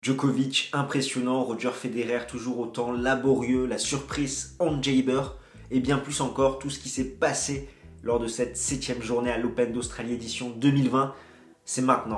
Djokovic impressionnant, Roger Federer toujours autant laborieux, la surprise Hans Jaber et bien plus encore tout ce qui s'est passé lors de cette 7e journée à l'Open d'Australie édition 2020, c'est maintenant.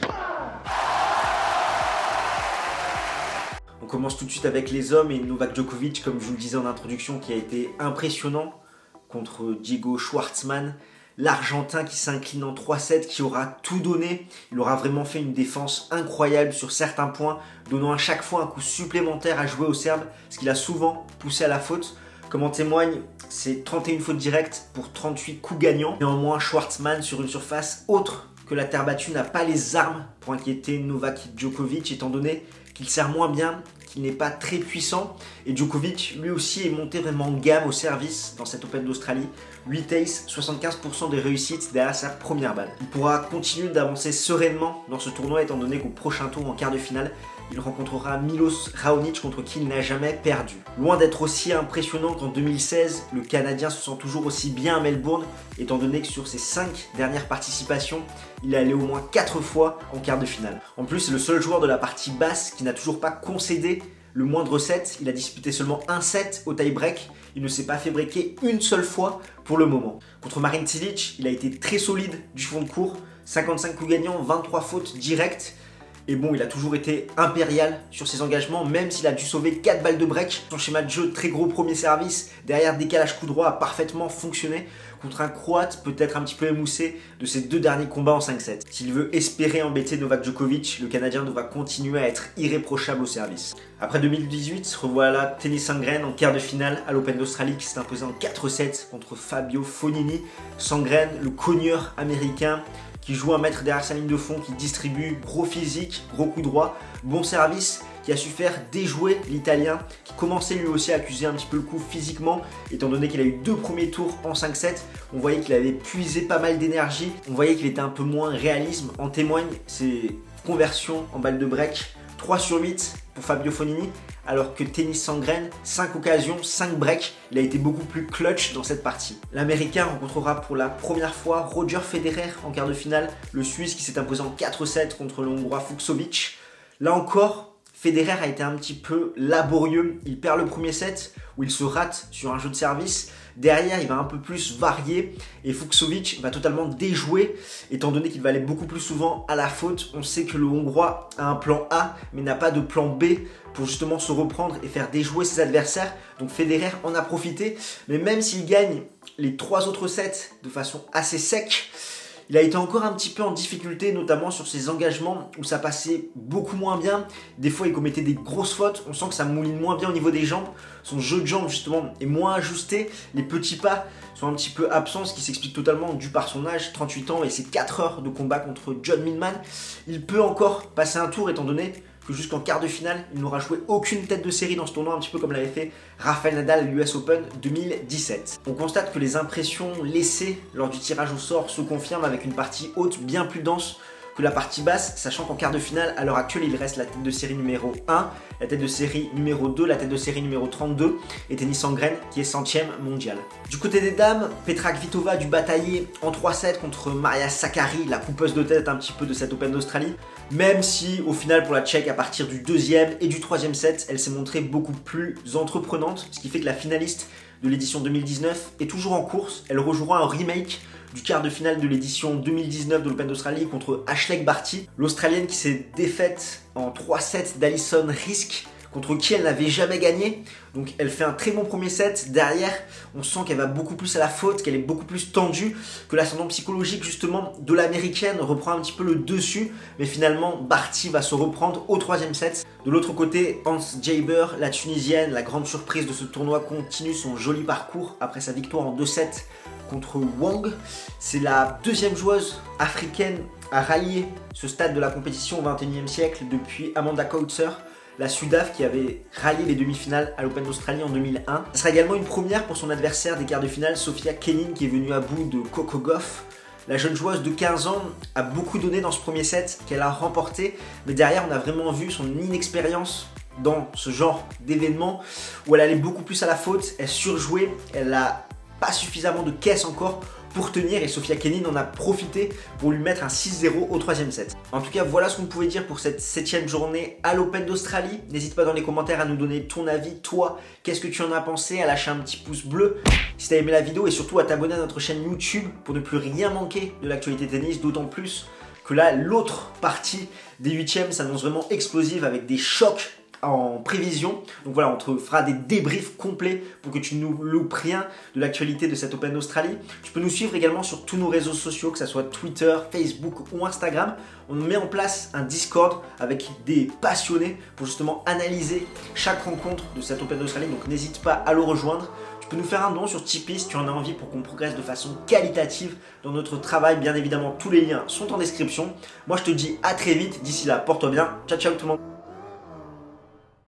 On commence tout de suite avec les hommes et Novak Djokovic, comme je vous le disais en introduction, qui a été impressionnant contre Diego Schwartzmann. L'Argentin qui s'incline en 3-7, qui aura tout donné. Il aura vraiment fait une défense incroyable sur certains points, donnant à chaque fois un coup supplémentaire à jouer au Serbe, ce qu'il a souvent poussé à la faute. Comme en témoigne, c'est 31 fautes directes pour 38 coups gagnants. Néanmoins, Schwartzmann, sur une surface autre que la terre battue, n'a pas les armes pour inquiéter Novak Djokovic, étant donné qu'il sert moins bien, qu'il n'est pas très puissant. Et Djokovic, lui aussi, est monté vraiment en gamme au service dans cette Open d'Australie. 8 aces, 75% des réussites derrière sa première balle. Il pourra continuer d'avancer sereinement dans ce tournoi, étant donné qu'au prochain tour, en quart de finale, il rencontrera Milos Raonic, contre qui il n'a jamais perdu. Loin d'être aussi impressionnant qu'en 2016, le Canadien se sent toujours aussi bien à Melbourne, étant donné que sur ses 5 dernières participations, il est allé au moins 4 fois en quart de finale. En plus, c'est le seul joueur de la partie basse qui n'a toujours pas concédé le moindre set. Il a disputé seulement un set au tie-break. Il ne s'est pas fait breaker une seule fois pour le moment. Contre Marin Cilic, il a été très solide du fond de court. 55 coups gagnants, 23 fautes directes. Et bon, il a toujours été impérial sur ses engagements, même s'il a dû sauver 4 balles de break. Son schéma de jeu, très gros premier service, derrière décalage coup droit, a parfaitement fonctionné contre un Croate peut-être un petit peu émoussé de ses 2 derniers combats en 5-7. S'il veut espérer embêter Novak Djokovic, le Canadien devra continuer à être irréprochable au service. Après 2018, revoilà Tennys Sandgren en quart de finale à l'Open d'Australie qui s'est imposé en 4-7 contre Fabio Fognini. Sandgren, le cogneur américain, qui joue un mètre derrière sa ligne de fond, qui distribue gros physique, gros coup droit, bon service, qui a su faire déjouer l'Italien, qui commençait lui aussi à accuser un petit peu le coup physiquement, étant donné qu'il a eu 2 premiers tours en 5-7, on voyait qu'il avait puisé pas mal d'énergie, on voyait qu'il était un peu moins réalisme, en témoignent ses conversions en balle de break, 3 sur 8 pour Fabio Fognini, alors que Tennys Sandgren, 5 occasions, 5 breaks, il a été beaucoup plus clutch dans cette partie. L'Américain rencontrera pour la première fois Roger Federer en quart de finale, le Suisse qui s'est imposé en 4-7 contre le Hongrois Fucsovics. Là encore, Federer a été un petit peu laborieux, il perd le premier set où il se rate sur un jeu de service. Derrière, il va un peu plus varier et Fucsovics va totalement déjouer étant donné qu'il va aller beaucoup plus souvent à la faute. On sait que le Hongrois a un plan A mais n'a pas de plan B pour justement se reprendre et faire déjouer ses adversaires. Donc Federer en a profité, mais même s'il gagne les 3 autres sets de façon assez sec, il a été encore un petit peu en difficulté, notamment sur ses engagements où ça passait beaucoup moins bien. Des fois, il commettait des grosses fautes. On sent que ça mouline moins bien au niveau des jambes. Son jeu de jambes, justement, est moins ajusté. Les petits pas sont un petit peu absents, ce qui s'explique totalement dû par son âge, 38 ans et ses 4 heures de combat contre John Millman. Il peut encore passer un tour, étant donné que jusqu'en quart de finale, il n'aura joué aucune tête de série dans ce tournoi, un petit peu comme l'avait fait Rafael Nadal à l'US Open 2017. On constate que les impressions laissées lors du tirage au sort se confirment avec une partie haute bien plus dense que la partie basse, sachant qu'en quart de finale, à l'heure actuelle, il reste la tête de série numéro 1, la tête de série numéro 2, la tête de série numéro 32 et Tennys Sandgren qui est 100e mondial. Du côté des dames, Petra Kvitova a dû batailler en 3-7 contre Maria Sakkari, la coupeuse de tête un petit peu de cette Open d'Australie, même si au final pour la Tchèque, à partir du 2e et du 3e set, elle s'est montrée beaucoup plus entreprenante, ce qui fait que la finaliste de l'édition 2019 est toujours en course. Elle rejouera un remake du quart de finale de l'édition 2019 de l'Open d'Australie contre Ashleigh Barty, l'Australienne qui s'est défaite en 3-7 d'Alison Riske, contre qui elle n'avait jamais gagné. Donc elle fait un très bon premier set. Derrière, on sent qu'elle va beaucoup plus à la faute, qu'elle est beaucoup plus tendue, que l'ascendant psychologique justement de l'américaine reprend un petit peu le dessus. Mais finalement, Barty va se reprendre au 3e set. De l'autre côté, Hans Jaber, la Tunisienne, la grande surprise de ce tournoi, continue son joli parcours après sa victoire en 2-7 contre Wang. C'est la 2e joueuse africaine à rallier ce stade de la compétition au XXIe siècle depuis Amanda Coutser, la Sudaf qui avait rallié les demi-finales à l'Open d'Australie en 2001. Ce sera également une première pour son adversaire des quarts de finale, Sofia Kenin, qui est venue à bout de Coco Gauff. La jeune joueuse de 15 ans a beaucoup donné dans ce premier set qu'elle a remporté, mais derrière on a vraiment vu son inexpérience dans ce genre d'événement où elle allait beaucoup plus à la faute, elle surjouait, elle a pas suffisamment de caisse encore pour tenir et Sofia Kenin en a profité pour lui mettre un 6-0 au 3e set. En tout cas, voilà ce qu'on pouvait dire pour cette 7e journée à l'Open d'Australie. N'hésite pas dans les commentaires à nous donner ton avis. Toi, qu'est-ce que tu en as pensé? À lâcher un petit pouce bleu si tu as aimé la vidéo et surtout à t'abonner à notre chaîne YouTube pour ne plus rien manquer de l'actualité tennis, d'autant plus que là, l'autre partie des 8e s'annonce vraiment explosive avec des chocs en prévision. Donc voilà, on te fera des débriefs complets pour que tu ne loupes rien de l'actualité de cette Open d'Australie. Tu peux nous suivre également sur tous nos réseaux sociaux, que ce soit Twitter, Facebook ou Instagram. On met en place un Discord avec des passionnés pour justement analyser chaque rencontre de cette Open d'Australie. Donc n'hésite pas à le rejoindre. Tu peux nous faire un don sur Tipeee si tu en as envie pour qu'on progresse de façon qualitative dans notre travail. Bien évidemment, tous les liens sont en description. Moi, je te dis à très vite. D'ici là, porte-toi bien. Ciao, ciao tout le monde.